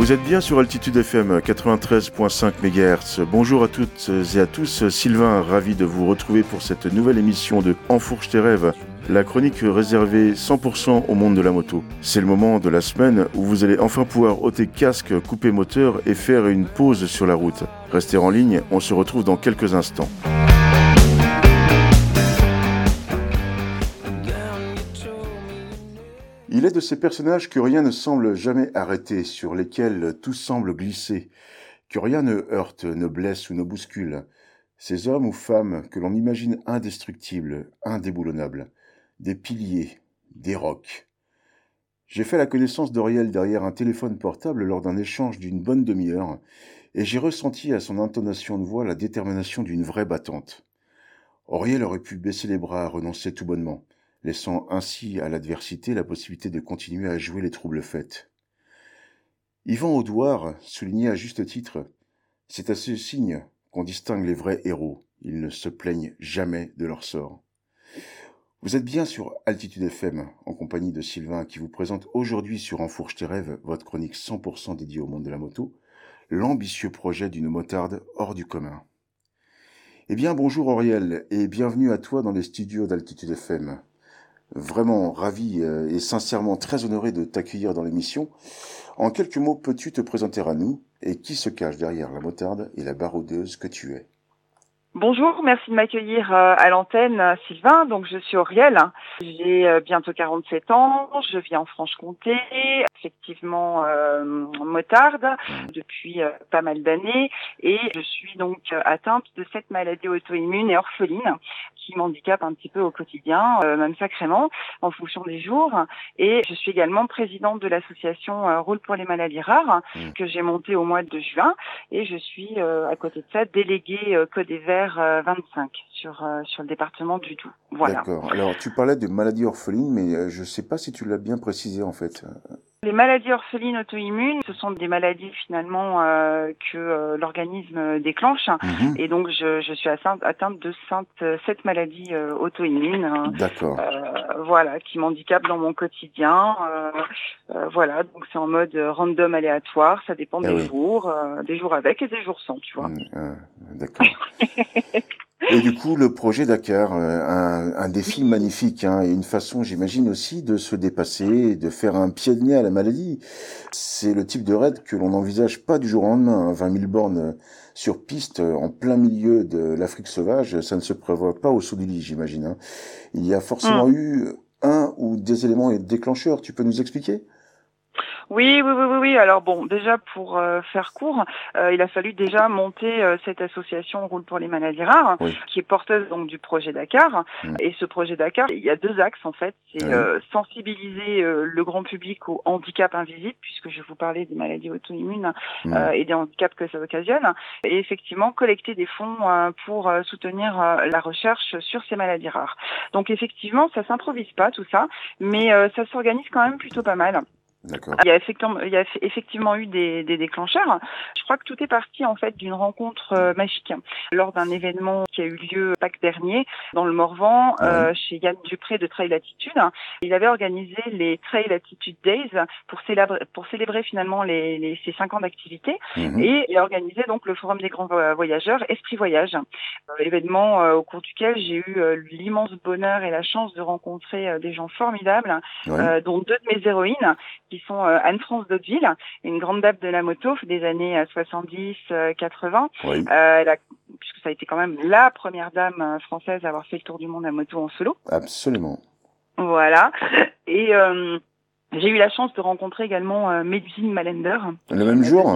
Vous êtes bien sur Altitude FM 93.5 MHz. Bonjour à toutes et à tous. Sylvain, ravi de vous retrouver pour cette nouvelle émission de Enfourche tes rêves, la chronique réservée 100% au monde de la moto. C'est le moment de la semaine où vous allez enfin pouvoir ôter casque, couper moteur et faire une pause sur la route. Restez en ligne, on se retrouve dans quelques instants. Il est de ces personnages que rien ne semble jamais arrêter, sur lesquels tout semble glisser, que rien ne heurte, ne blesse ou ne bouscule. Ces hommes ou femmes que l'on imagine indestructibles, indéboulonnables, des piliers, des rocs. J'ai fait la connaissance d'Auriel derrière un téléphone portable lors d'un échange d'une bonne demi-heure, et j'ai ressenti à son intonation de voix la détermination d'une vraie battante. Auriel aurait pu baisser les bras, renoncer tout bonnement, laissant ainsi à l'adversité la possibilité de continuer à jouer les troubles fêtes. Yvan Audouard soulignait à juste titre « C'est à ce signe qu'on distingue les vrais héros. Ils ne se plaignent jamais de leur sort. » Vous êtes bien sur Altitude FM, en compagnie de Sylvain, qui vous présente aujourd'hui sur Enfourche tes rêves, votre chronique 100% dédiée au monde de la moto, l'ambitieux projet d'une motarde hors du commun. Eh bien, bonjour Auriel, et bienvenue à toi dans les studios d'Altitude FM. Vraiment ravi et sincèrement très honoré de t'accueillir dans l'émission. En quelques mots, peux-tu te présenter à nous et qui se cache derrière la motarde et la baroudeuse que tu es? Bonjour, merci de m'accueillir à l'antenne, Sylvain. Donc, je suis Auriel. J'ai bientôt 47 ans. Je vis en Franche-Comté, effectivement motarde depuis pas mal d'années. Et je suis donc atteinte de cette maladie auto-immune et orpheline qui m'handicape un petit peu au quotidien, même sacrément, en fonction des jours. Et je suis également présidente de l'association Roule pour les maladies rares que j'ai montée au mois de juin. Et je suis, à côté de ça, déléguée Code et Vert 25 sur le département du Doubs. Voilà. D'accord. Alors, tu parlais de maladies orphelines, mais je ne sais pas si tu l'as bien précisé en fait. Les maladies orphelines auto-immunes, ce sont des maladies finalement que l'organisme déclenche. Et donc, je suis atteinte de cette maladie auto-immune. D'accord. Voilà, qui m'handicape dans mon quotidien. Voilà, donc c'est en mode random aléatoire. Ça dépend des jours avec et des jours sans, tu vois. D'accord. Et du coup, le projet Dakar, un défi magnifique, hein, et une façon, j'imagine aussi, de se dépasser, de faire un pied de nez à la maladie. C'est le type de raid que l'on n'envisage pas du jour au lendemain. 20 000 bornes sur piste, en plein milieu de l'Afrique sauvage, ça ne se prévoit pas au saut du lit, j'imagine. Hein. Il y a forcément eu un ou des éléments déclencheurs. Tu peux nous expliquer ? Oui. Alors bon, déjà pour faire court, il a fallu déjà monter cette association Roule pour les maladies rares, qui est porteuse donc du projet Dakar. Et ce projet Dakar, il y a deux axes en fait. C'est sensibiliser le grand public au handicap invisible, puisque je vous parlais des maladies auto-immunes et des handicaps que ça occasionne. Et effectivement, collecter des fonds pour soutenir la recherche sur ces maladies rares. Donc effectivement, ça s'improvise pas tout ça, mais ça s'organise quand même plutôt pas mal. D'accord. Il y a effectivement eu des déclencheurs. Je crois que tout est parti en fait d'une rencontre magique lors d'un événement qui a eu lieu Pâques dernier dans le Morvan chez Yann Dupré de Trail Attitude. Il avait organisé les Trail Attitude Days pour célébrer finalement ces 5 ans d'activité et il a organisé donc le Forum des grands voyageurs Esprit Voyage. Événement au cours duquel j'ai eu l'immense bonheur et la chance de rencontrer des gens formidables, dont 2 de mes héroïnes qui sont Anne-France Daudeville, une grande dame de la moto des années 70-80, puisque ça a été quand même la première dame française à avoir fait le tour du monde à moto en solo. Absolument. Voilà. Et j'ai eu la chance de rencontrer également Mélusine Malender. Le même jour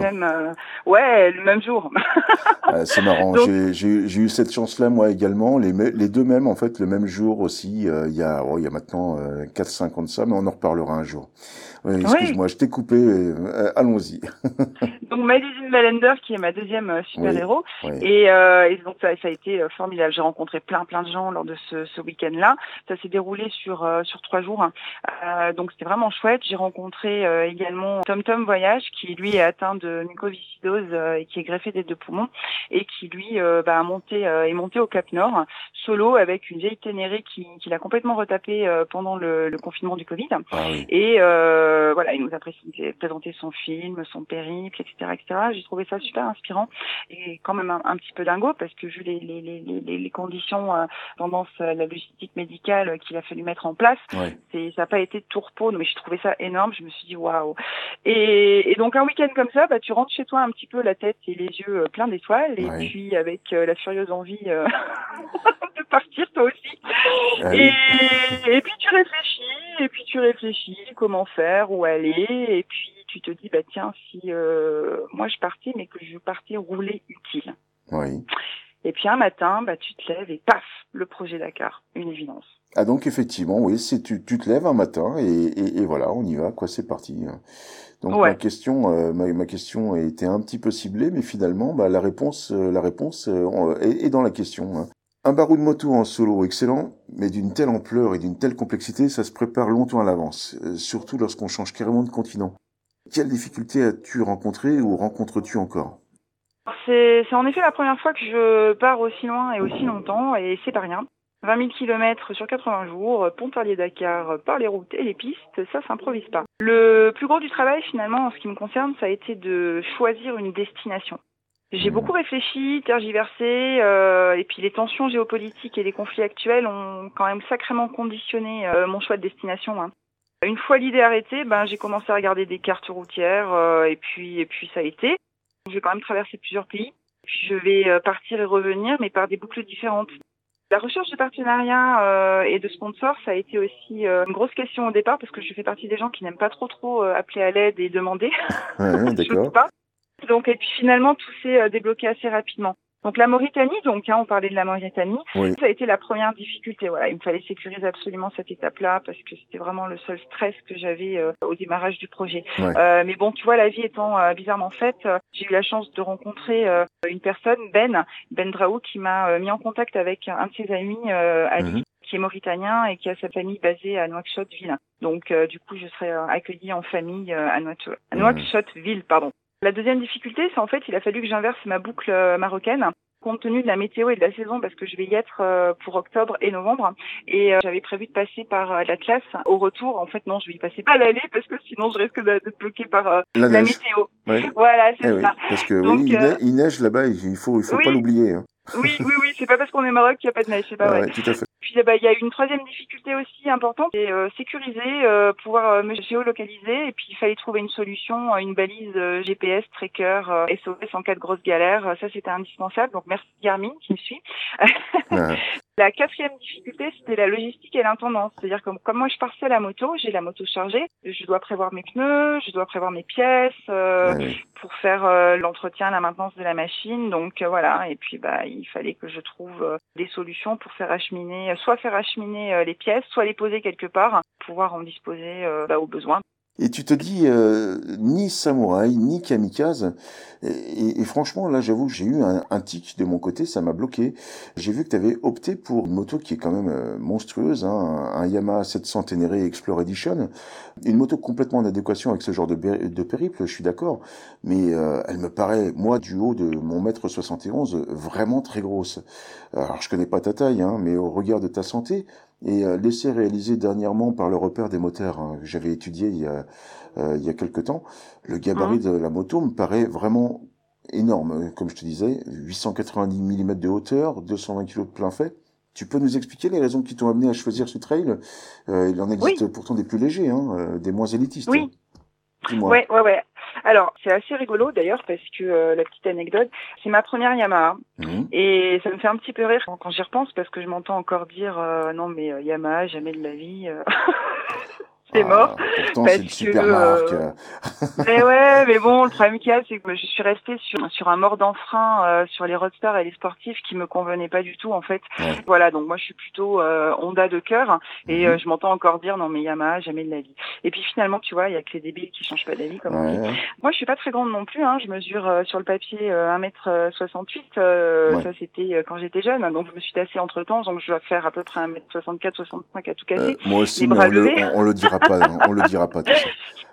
le même jour. C'est marrant. Donc, j'ai eu cette chance-là, moi également. Les deux mêmes, en fait, le même jour aussi. Il y a maintenant 4-5 ans de ça, mais on en reparlera un jour. Excuse-moi, je t'ai coupé. Allons-y. Donc, Mélusine Malender, qui est ma deuxième super-héros. Et donc, ça a été formidable. J'ai rencontré plein de gens lors de ce week-end-là. Ça s'est déroulé sur 3 jours. Donc, c'était vraiment chouette. J'ai rencontré également Tom Voyage, qui lui est atteint de mucoviscidose et qui est greffé des 2 poumons et qui lui est monté au Cap Nord solo avec une vieille Ténéré qui l'a complètement retapé pendant le confinement du Covid. Et voilà, il nous a présenté son film, son périple, etc. J'ai trouvé ça super inspirant et quand même un petit peu dingo parce que vu les conditions, tendance la logistique médicale qu'il a fallu mettre en place, ça n'a pas été de tout repos, mais j'ai trouvé ça énorme. Je me suis dit waouh. Et donc un week-end comme ça, tu rentres chez toi un petit peu la tête et les yeux pleins d'étoiles et puis avec la furieuse envie de partir toi aussi. Et puis tu réfléchis comment faire, où aller, et puis tu te dis tiens, si moi je partais mais que je partais rouler utile. Et puis un matin tu te lèves et paf, le projet Dakar, une évidence. Ah donc effectivement, oui, tu te lèves un matin et voilà, on y va, quoi, c'est parti. Donc ma question était un petit peu ciblée, mais finalement, la réponse est dans la question. Un barreau de moto en solo excellent, mais d'une telle ampleur et d'une telle complexité, ça se prépare longtemps à l'avance, surtout lorsqu'on change carrément de continent. Quelles difficultés as-tu rencontrées ou rencontres-tu encore ? C'est en effet la première fois que je pars aussi loin et aussi longtemps, et c'est pas rien. 20 000 km sur 80 jours, Pontarlier-Dakar par les routes et les pistes, ça s'improvise pas. Le plus gros du travail finalement, en ce qui me concerne, ça a été de choisir une destination. J'ai beaucoup réfléchi, tergiversé, et puis les tensions géopolitiques et les conflits actuels ont quand même sacrément conditionné mon choix de destination. Une fois l'idée arrêtée, j'ai commencé à regarder des cartes routières, et puis ça a été. Je vais quand même traverser plusieurs pays, puis je vais partir et revenir, mais par des boucles différentes. La recherche de partenariats et de sponsors, ça a été aussi une grosse question au départ, parce que je fais partie des gens qui n'aiment pas trop appeler à l'aide et demander. D'accord. Donc, et puis finalement, tout s'est débloqué assez rapidement. Donc la Mauritanie, on parlait de la Mauritanie, ça a été la première difficulté. Voilà, il me fallait sécuriser absolument cette étape-là parce que c'était vraiment le seul stress que j'avais au démarrage du projet. Mais bon, tu vois, la vie étant bizarrement faite, j'ai eu la chance de rencontrer une personne, Ben Draou, qui m'a mis en contact avec un de ses amis, Ali, qui est mauritanien et qui a sa famille basée à Nouakchott-Ville. Donc du coup, je serai accueillie en famille à Nouakchott-Ville, pardon. La deuxième difficulté, c'est en fait, il a fallu que j'inverse ma boucle marocaine, compte tenu de la météo et de la saison, parce que je vais y être pour octobre et novembre. Et j'avais prévu de passer par l'Atlas au retour. En fait, non, je vais y passer pas à l'aller, parce que sinon, je risque d'être bloquée par la météo. Voilà, c'est ça. Parce que donc, il neige là-bas, il faut pas l'oublier. Oui, c'est pas parce qu'on est au Maroc qu'il n'y a pas de neige, c'est pas vrai. Tout à fait. Puis il y a une troisième difficulté aussi importante, c'est sécuriser, pouvoir me géolocaliser, et puis il fallait trouver une solution, une balise GPS, tracker, SOS en cas de grosse galère. Ça, c'était indispensable, donc merci Garmin qui me suit. La quatrième difficulté, c'était la logistique et l'intendance. C'est-à-dire que comme moi je pars seule à moto, j'ai la moto chargée, je dois prévoir mes pneus, je dois prévoir mes pièces pour faire l'entretien, la maintenance de la machine. Donc voilà, et puis il fallait que je trouve des solutions pour faire acheminer les pièces, soit les poser quelque part, pour pouvoir en disposer au besoin. Et tu te dis ni samouraï, ni kamikaze. Et franchement, là, j'avoue, j'ai eu un tic de mon côté, ça m'a bloqué. J'ai vu que tu avais opté pour une moto qui est quand même monstrueuse, un Yamaha 700 Ténéré Explorer Edition. Une moto complètement en adéquation avec ce genre de périple, je suis d'accord. Mais elle me paraît, moi, du haut de mon 1m71, vraiment très grosse. Alors, je connais pas ta taille, mais au regard de ta santé, et l'essai réalisé dernièrement par le repère des moteurs que j'avais étudié il y a quelque temps, le gabarit de la moto me paraît vraiment énorme. Comme je te disais, 890 mm de hauteur, 220 kg de plein fait. Tu peux nous expliquer les raisons qui t'ont amené à choisir ce trail ? Il en existe pourtant des plus légers, des moins élitistes. Oui. Dis-moi. Ouais. Alors, c'est assez rigolo d'ailleurs parce que la petite anecdote, c'est ma première Yamaha et ça me fait un petit peu rire quand j'y repense parce que je m'entends encore dire non mais Yamaha, jamais de la vie. C'est mort. Pourtant, c'est une super marque. Mais bon, le problème qu'il y a, c'est que je suis restée sur un mordant frein sur les roadsters et les sportifs qui me convenaient pas du tout, en fait. Voilà, donc moi, je suis plutôt Honda de cœur et je m'entends encore dire non, mais Yamaha, jamais de la vie. Et puis finalement, tu vois, il y a que les débiles qui changent pas d'avis, comme on dit. Moi, je suis pas très grande non plus, je mesure sur le papier 1m68. Ça, c'était quand j'étais jeune, donc je me suis tassée entre temps, donc je dois faire à peu près 1m64, 65 à tout casser. Moi aussi, les mais bras levés. on le dira pas, on le dira pas. Tout ça.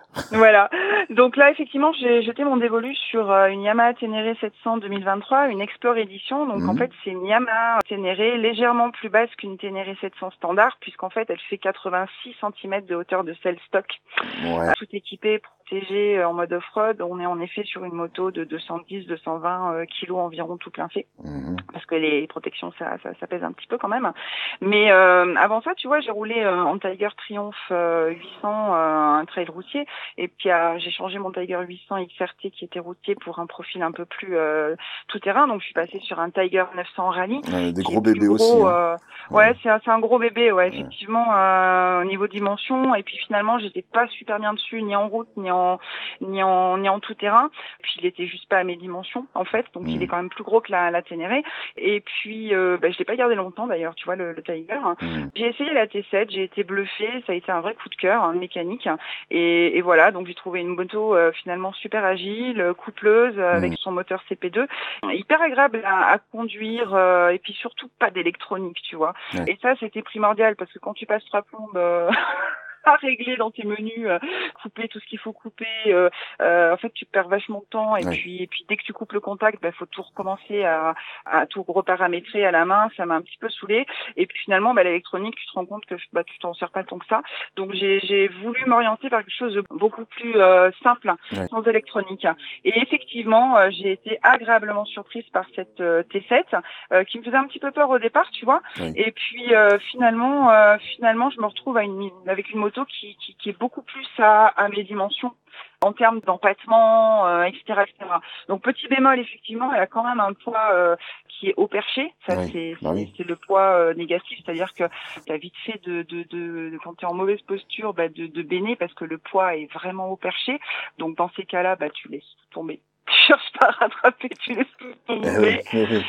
Voilà. Donc là, effectivement, j'ai jeté mon dévolu sur une Yamaha Ténéré 700 2023, une Explore Edition. Donc en fait, c'est une Yamaha Ténéré légèrement plus basse qu'une Ténéré 700 standard, puisqu'en fait, elle fait 86 cm de hauteur de selle stock. Ouais. Tout équipé, protégé en mode off-road. On est en effet sur une moto de 210-220 kilos environ tout plein fait. Parce que les protections, ça pèse un petit peu quand même. Mais avant ça, tu vois, j'ai roulé en Tiger Triumph 800, un trail routier. Et puis j'ai changé mon Tiger 800 XRT qui était routier pour un profil un peu plus tout-terrain. Donc je suis passée sur un Tiger 900 Rallye. Des gros bébés aussi. Hein. Ouais, c'est un gros bébé, ouais, effectivement, au niveau dimension. Et puis finalement, j'étais pas super bien dessus, ni en route, ni en tout-terrain. Puis il était juste pas à mes dimensions, en fait. Donc il est quand même plus gros que la Ténéré. Et puis je l'ai pas gardé longtemps d'ailleurs, tu vois, le Tiger. J'ai essayé la T7, j'ai été bluffée, ça a été un vrai coup de cœur mécanique. Et voilà, donc j'ai trouvé une moto finalement super agile, coupleuse, avec son moteur CP2, hyper agréable à conduire, et puis surtout pas d'électronique, tu vois. Et ça, c'était primordial parce que quand tu passes 3 plombes à régler dans tes menus, couper tout ce qu'il faut couper, en fait tu perds vachement de temps et puis dès que tu coupes le contact, faut tout recommencer à tout reparamétrer à la main. Ça m'a un petit peu saoulée. Et puis finalement l'électronique, tu te rends compte que tu t'en sers pas tant que ça. Donc j'ai voulu m'orienter vers quelque chose de beaucoup plus simple, sans électronique. Et effectivement, j'ai été agréablement surprise par cette T7 qui me faisait un petit peu peur au départ, tu vois. Et puis finalement je me retrouve avec une moto qui est beaucoup plus à mes dimensions en termes d'empattement, etc., etc. Donc petit bémol, effectivement, elle a quand même un poids qui est haut perché. Ça, c'est le poids négatif, c'est-à-dire que tu as vite fait de quand tu es en mauvaise posture, de béner parce que le poids est vraiment haut perché. Donc dans ces cas-là, tu laisses tomber. Tu cherches pas à rattraper, tu laisses tout tomber.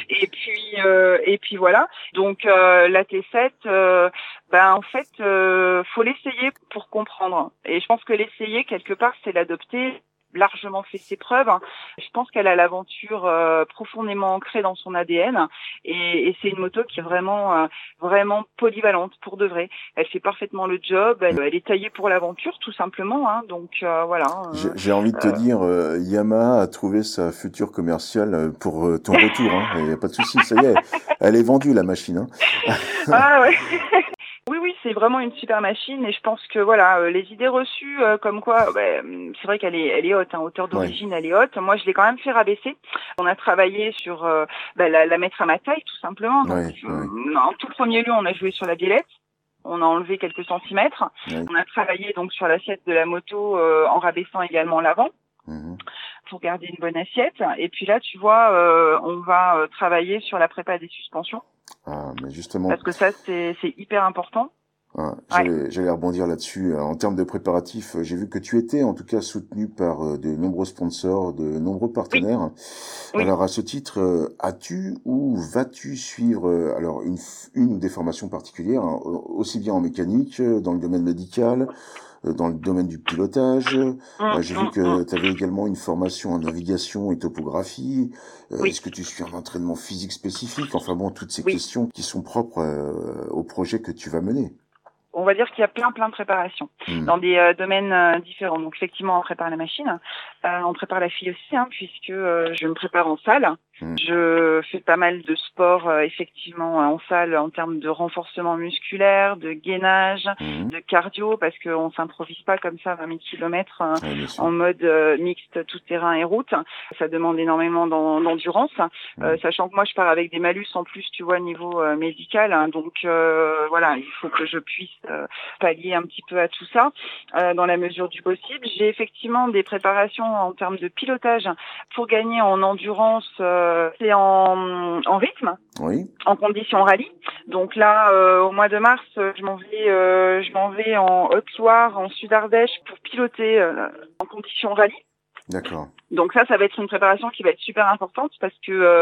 Et puis voilà. Donc la T7, en fait, faut l'essayer pour comprendre. Et je pense que l'essayer quelque part, c'est l'adopter. Largement fait ses preuves. Je pense qu'elle a l'aventure profondément ancrée dans son ADN et c'est une moto qui est vraiment polyvalente pour de vrai. Elle fait parfaitement le job. Elle est taillée pour l'aventure tout simplement. Donc voilà. J'ai envie de te dire, Yamaha a trouvé sa future commerciale pour ton retour. Il n'y a pas de souci, ça y est, elle est vendue la machine. Ah ouais. Oui, c'est vraiment une super machine et je pense que voilà, les idées reçues comme quoi, c'est vrai qu'elle est haute, hauteur d'origine, elle est haute. Moi, je l'ai quand même fait rabaisser. On a travaillé sur la mettre à ma taille, tout simplement. Donc, en tout premier lieu, on a joué sur la biellette. On a enlevé quelques centimètres. On a travaillé donc sur l'assiette de la moto en rabaissant également l'avant. Pour garder une bonne assiette. Et puis là, tu vois, on va travailler sur la prépa des suspensions. Ah, mais justement. Parce que ça, c'est hyper important. J'allais rebondir là-dessus. En termes de préparatifs, j'ai vu que tu étais en tout cas soutenu par de nombreux sponsors, de nombreux partenaires. Oui. Alors à ce titre, as-tu ou vas-tu suivre alors une ou des formations particulières, aussi bien en mécanique, dans le domaine médical, dans le domaine du pilotage? J'ai vu que tu avais également une formation en navigation et topographie. Est-ce que tu suis un entraînement physique spécifique? Enfin bon, toutes ces questions qui sont propres au projet que tu vas mener. On va dire qu'il y a plein de préparations dans des domaines différents. Donc effectivement, on prépare la machine, on prépare la fille aussi, puisque je me prépare en salle. Je fais pas mal de sport effectivement en salle en termes de renforcement musculaire, de gainage, de cardio, parce qu'on s'improvise pas comme ça 20 000 kilomètres en mode mixte tout terrain et route. Ça demande énormément d'endurance, sachant que moi je pars avec des malus en plus, tu vois, niveau médical. Donc voilà, il faut que je puisse pallier un petit peu à tout ça dans la mesure du possible. J'ai effectivement des préparations en termes de pilotage pour gagner en endurance et en rythme, en conditions rallye. Donc là, au mois de mars, je m'en vais en Haute-Loire, en Sud-Ardèche pour piloter en conditions rallye. D'accord. Donc ça va être une préparation qui va être super importante parce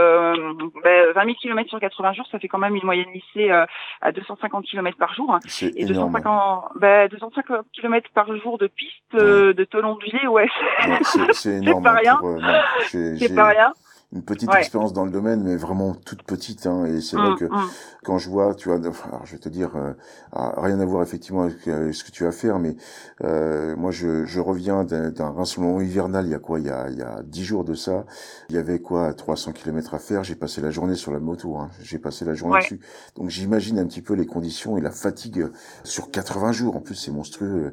que 20 000 km sur 80 jours, ça fait quand même une moyenne lissée à 250 km par jour. C'est et énorme. 250 km par jour de piste de tôle ondulée, c'est énorme. C'est pas rien. C'est pas rien. une petite Ouais. expérience dans le domaine, mais vraiment toute petite, hein. Et c'est vrai que Mmh. quand je vois, tu vois, alors je vais te dire, rien à voir effectivement avec ce que tu vas faire, mais moi je reviens d'un rassemblement hivernal. Il y a quoi? Il y a 10 jours de ça. Il y avait quoi? 300 kilomètres à faire. J'ai passé la journée sur la moto, hein. J'ai passé la journée Ouais. dessus. Donc j'imagine un petit peu les conditions et la fatigue sur 80 jours. En plus, c'est monstrueux.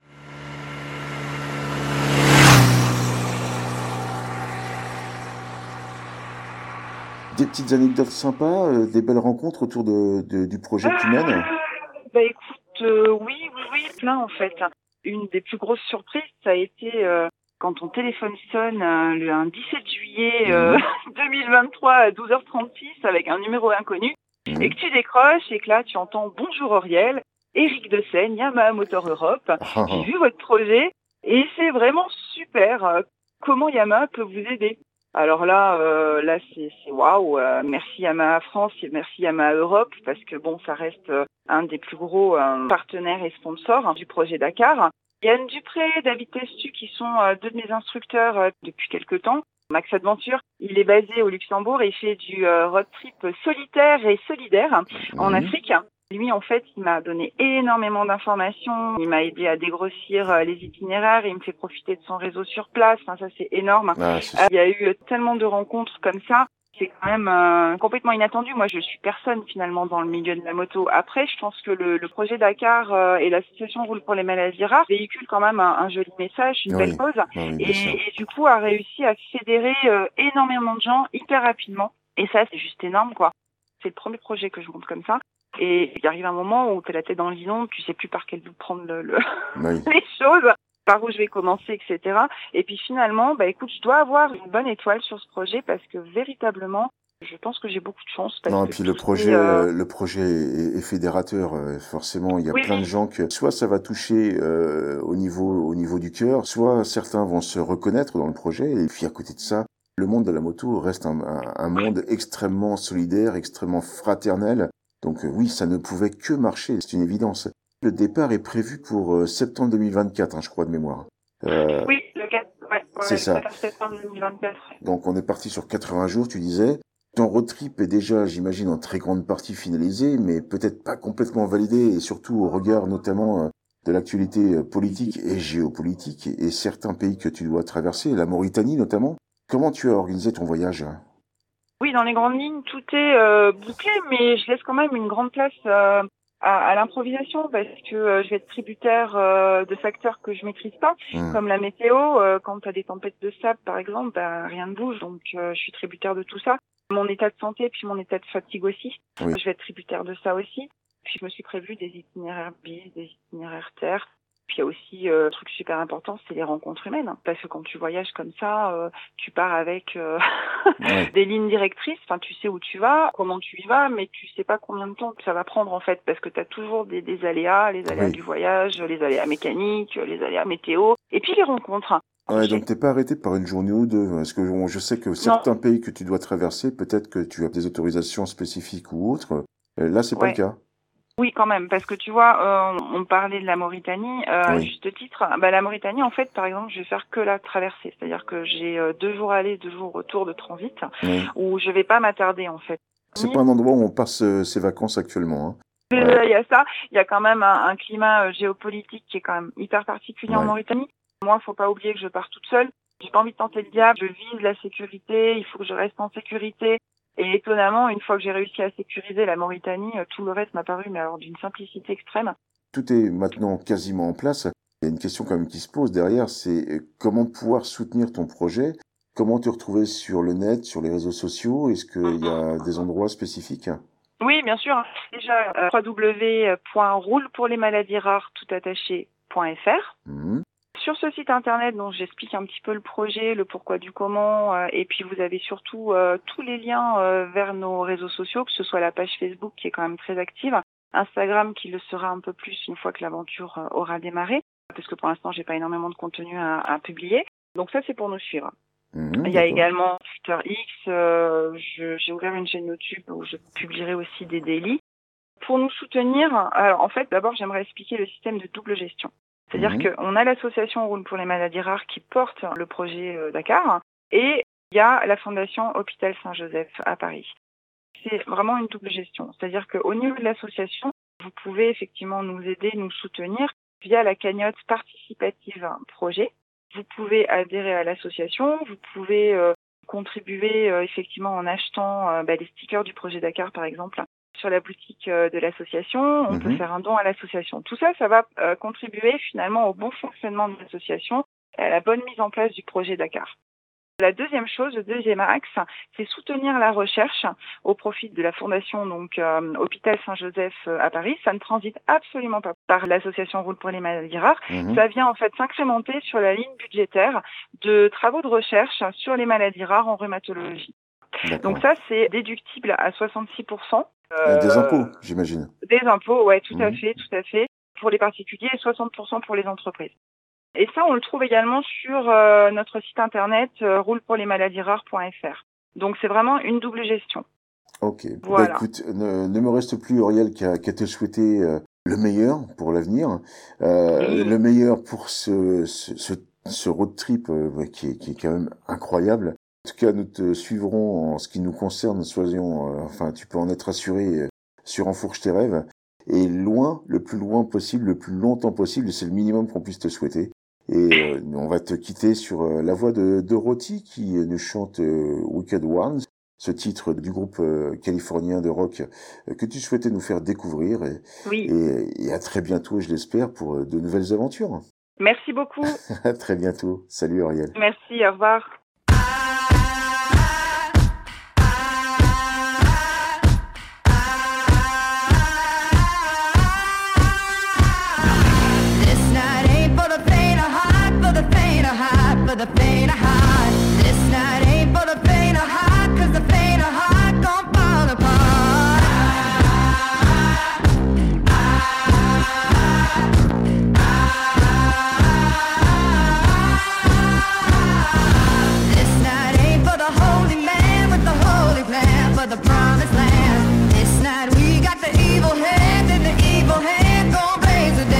Des petites anecdotes sympas, des belles rencontres autour du projet que tu mènes? Bah écoute, oui, plein en fait. Une des plus grosses surprises, ça a été quand ton téléphone sonne un 17 juillet Mhm, 2023 à 12h36 avec un numéro inconnu et mhm. que tu décroches et que là tu entends Bonjour Auriel, Éric de Seine, Yamaha Motor Europe, Ah, j'ai ah. vu votre projet et c'est vraiment super. Comment Yamaha peut vous aider? Alors là c'est waouh. Merci Yamaha France et merci Yamaha Europe parce que bon, ça reste un des plus gros partenaires et sponsors du projet Dakar. Yann Dupré, David Testu, qui sont deux de mes instructeurs depuis quelques temps. Max Adventure, il est basé au Luxembourg et il fait du road trip solitaire et solidaire en Mhm. Afrique. Lui, en fait, il m'a donné énormément d'informations. Il m'a aidé à dégrossir les itinéraires. Il me fait profiter de son réseau sur place. Enfin, ça, c'est énorme. Ah, c'est Il y a eu tellement de rencontres comme ça. C'est quand même complètement inattendu. Moi, je suis personne finalement dans le milieu de la moto. Après, je pense que le projet Dakar et l'association Roule pour les maladies rares véhiculent quand même un joli message, une belle oui, cause, ah oui, bien sûr. et du coup a réussi à fédérer énormément de gens hyper rapidement. Et ça, c'est juste énorme, quoi. C'est le premier projet que je monte comme ça. Et il arrive un moment où tu as la tête dans le guidon, tu sais plus par quel bout prendre Oui. les choses, par où je vais commencer, etc. Et puis finalement, bah écoute, je dois avoir une bonne étoile sur ce projet parce que véritablement, je pense que j'ai beaucoup de chance parce Non, et que puis tout est... le projet est fédérateur. Forcément, il y a Oui, plein de gens que soit ça va toucher au niveau du cœur, soit certains vont se reconnaître dans le projet. Et puis à côté de ça, le monde de la moto reste un monde extrêmement solidaire, extrêmement fraternel. Donc oui, ça ne pouvait que marcher, c'est une évidence. Le départ est prévu pour septembre 2024, hein, je crois de mémoire. Euh, oui, c'est le ça. 14 septembre 2024. Donc on est parti sur 80 jours, tu disais. Ton road trip est déjà, j'imagine, en très grande partie finalisé, mais peut-être pas complètement validé, et surtout au regard notamment de l'actualité politique et géopolitique et certains pays que tu dois traverser, la Mauritanie notamment. Comment tu as organisé ton voyage? Oui, dans les grandes lignes, tout est bouclé, mais je laisse quand même une grande place à l'improvisation parce que je vais être tributaire de facteurs que je maîtrise pas, Hmm, comme la météo. Quand tu as des tempêtes de sable, par exemple, bah, rien ne bouge, donc je suis tributaire de tout ça. Mon état de santé, puis mon état de fatigue aussi. oui, Je vais être tributaire de ça aussi. Puis je me suis prévu des itinéraires bis, des itinéraires terre. Puis il y a aussi un truc super important, c'est les rencontres humaines. Parce que quand tu voyages comme ça, tu pars avec oui, des lignes directrices. Enfin, tu sais où tu vas, comment tu y vas, mais tu sais pas combien de temps ça va prendre en fait, parce que tu as toujours des aléas, les aléas oui. du voyage, les aléas mécaniques, les aléas météo, et puis les rencontres. Ouais, donc t'es pas arrêté par une journée ou deux, parce que je sais que Non, certains pays que tu dois traverser, peut-être que tu as des autorisations spécifiques ou autres. Là, c'est pas le ouais. cas. Oui, quand même, parce que tu vois, on parlait de la Mauritanie, à Oui, juste titre. Bah, la Mauritanie, en fait, par exemple, je vais faire que la traversée, c'est-à-dire que j'ai 2 jours aller, 2 jours retour de transit, oui. où je vais pas m'attarder, en fait. C'est pas un endroit où on passe ses vacances actuellement, hein. Ouais, Il y a ça, il y a quand même un climat géopolitique qui est quand même hyper particulier en ouais. Mauritanie. Moi, faut pas oublier que je pars toute seule. J'ai pas envie de tenter le diable. Je vise la sécurité. Il faut que je reste en sécurité. Et étonnamment, une fois que j'ai réussi à sécuriser la Mauritanie, tout le reste m'a paru, mais alors d'une simplicité extrême. Tout est maintenant quasiment en place. Il y a une question quand même qui se pose derrière, c'est comment pouvoir soutenir ton projet? Comment te retrouver sur le net, sur les réseaux sociaux? Est-ce qu'il y a des endroits spécifiques? Oui, bien sûr. Déjà, www.roulepourlesmaladiesrares toutattaché.fr. Mhm. Sur ce site internet, dont j'explique un petit peu le projet, le pourquoi du comment, et puis vous avez surtout tous les liens vers nos réseaux sociaux, que ce soit la page Facebook qui est quand même très active, Instagram qui le sera un peu plus une fois que l'aventure aura démarré, parce que pour l'instant j'ai pas énormément de contenu à publier. Donc ça c'est pour nous suivre. Mhm, Il y a d'accord. également Twitter X, j'ai ouvert une chaîne YouTube où je publierai aussi des daily. Pour nous soutenir, alors en fait d'abord j'aimerais expliquer le système de double gestion. C'est-à-dire Mhm. qu'on a l'association Roule pour les maladies rares qui porte le projet Dakar et il y a la Fondation Hôpital Saint-Joseph à Paris. C'est vraiment une double gestion. C'est-à-dire qu'au niveau de l'association, vous pouvez effectivement nous aider, nous soutenir via la cagnotte participative projet. Vous pouvez adhérer à l'association, vous pouvez contribuer effectivement en achetant les stickers du projet Dakar par exemple sur la boutique de l'association. On peut faire un don à l'association. Tout ça, ça va contribuer finalement au bon fonctionnement de l'association et à la bonne mise en place du projet Dakar. La deuxième chose, le deuxième axe, c'est soutenir la recherche au profit de la fondation Hôpital Saint-Joseph à Paris. Ça ne transite absolument pas par l'association Roule pour les maladies rares. Ça vient en fait s'incrémenter sur la ligne budgétaire de travaux de recherche sur les maladies rares en rhumatologie. D'accord. Donc ça, c'est déductible à 66%. Des impôts, j'imagine. Des impôts, ouais, tout à fait. Pour les particuliers et 60% pour les entreprises. Et ça, on le trouve également sur notre site internet roulepourlesmaladiesrares.fr. Donc, c'est vraiment une double gestion. Ok. Voilà. Écoute, ne me reste plus, Auriel, qu'à te souhaiter le meilleur pour l'avenir, le meilleur pour ce road trip qui est quand même incroyable. En tout cas, nous te suivrons en ce qui nous concerne. Soyons, tu peux en être assuré sur Enfourche tes rêves. Et loin, le plus loin possible, le plus longtemps possible, c'est le minimum qu'on puisse te souhaiter. Et on va te quitter sur la voix de Dorothy qui nous chante Wicked Ones, ce titre du groupe californien de rock que tu souhaitais nous faire découvrir. Et à très bientôt, je l'espère, pour de nouvelles aventures. Merci beaucoup. À très bientôt. Salut Auriel. Merci, au revoir. For the faint of heart, this night ain't for the faint of heart, 'cause the faint of heart gon' fall apart. This night ain't for the holy man with the holy plan for the promised land. This night we got the evil hand, and the evil hand gon' raise the dead.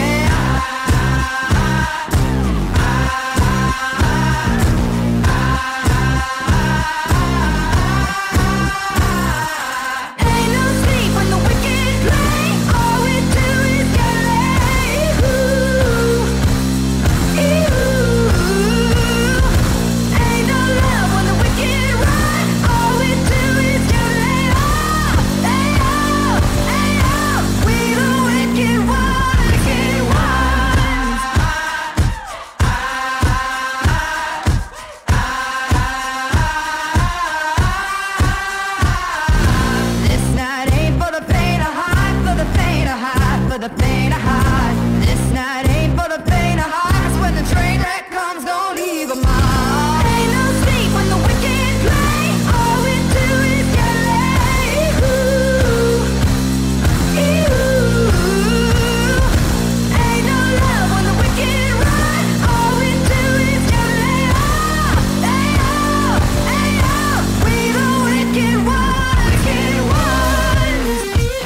The pain of heart. This night ain't for the pain of heart. 'Cause when the train wreck comes, don't leave a mark. Ain't no sleep when the wicked play. All we do is get laid. Ain't no love when the wicked run. All we do is get laid. We the wicked ones, wicked ones.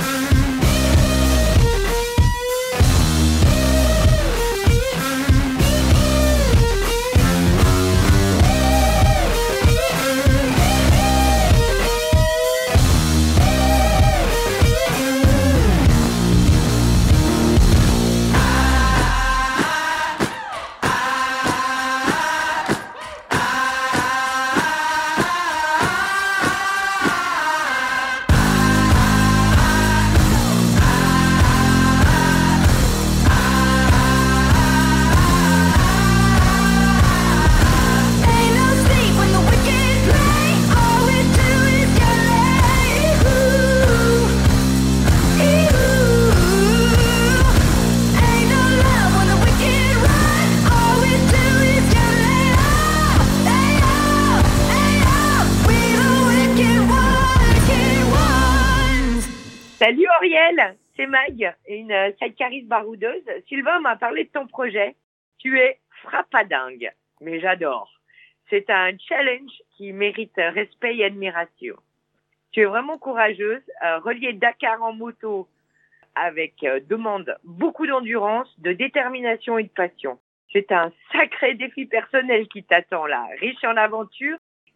Salut Auriel, c'est Mag, une sidecariste baroudeuse. Sylvain m'a parlé de ton projet. Tu es frappadingue, mais j'adore. C'est un challenge qui mérite respect et admiration. Tu es vraiment courageuse. Relier Dakar en moto avec demande beaucoup d'endurance, de détermination et de passion. C'est un sacré défi personnel qui t'attend là, riche en aventures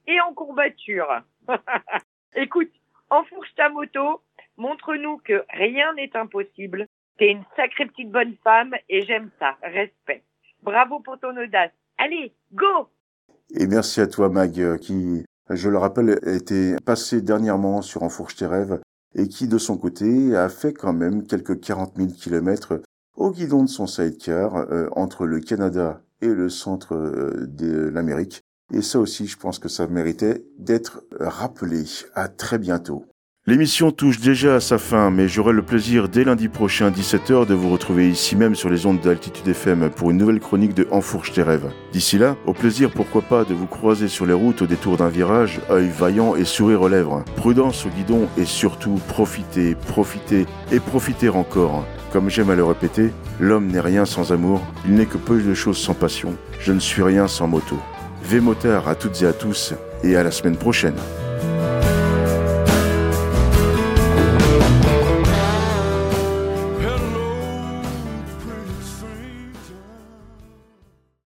et en courbature. Écoute, enfourche ta moto, montre-nous que rien n'est impossible. T'es une sacrée petite bonne femme et j'aime ça, respect. Bravo pour ton audace. Allez, go! Et merci à toi, Mag, qui, je le rappelle, était passé dernièrement sur Enfourche tes rêves et qui, de son côté, a fait quand même quelques 40 000 kilomètres au guidon de son sidecar entre le Canada et le centre de l'Amérique. Et ça aussi, je pense que ça méritait d'être rappelé. À très bientôt. L'émission touche déjà à sa fin, mais j'aurai le plaisir dès lundi prochain, 17h, de vous retrouver ici même sur les ondes d'Altitude FM pour une nouvelle chronique de Enfourche tes rêves. D'ici là, au plaisir pourquoi pas de vous croiser sur les routes au détour d'un virage, œil vaillant et sourire aux lèvres. Prudence au guidon et surtout profitez, profitez et profitez encore. Comme j'aime à le répéter, l'homme n'est rien sans amour, il n'est que peu de choses sans passion, je ne suis rien sans moto. Vémotard à toutes et à tous et à la semaine prochaine.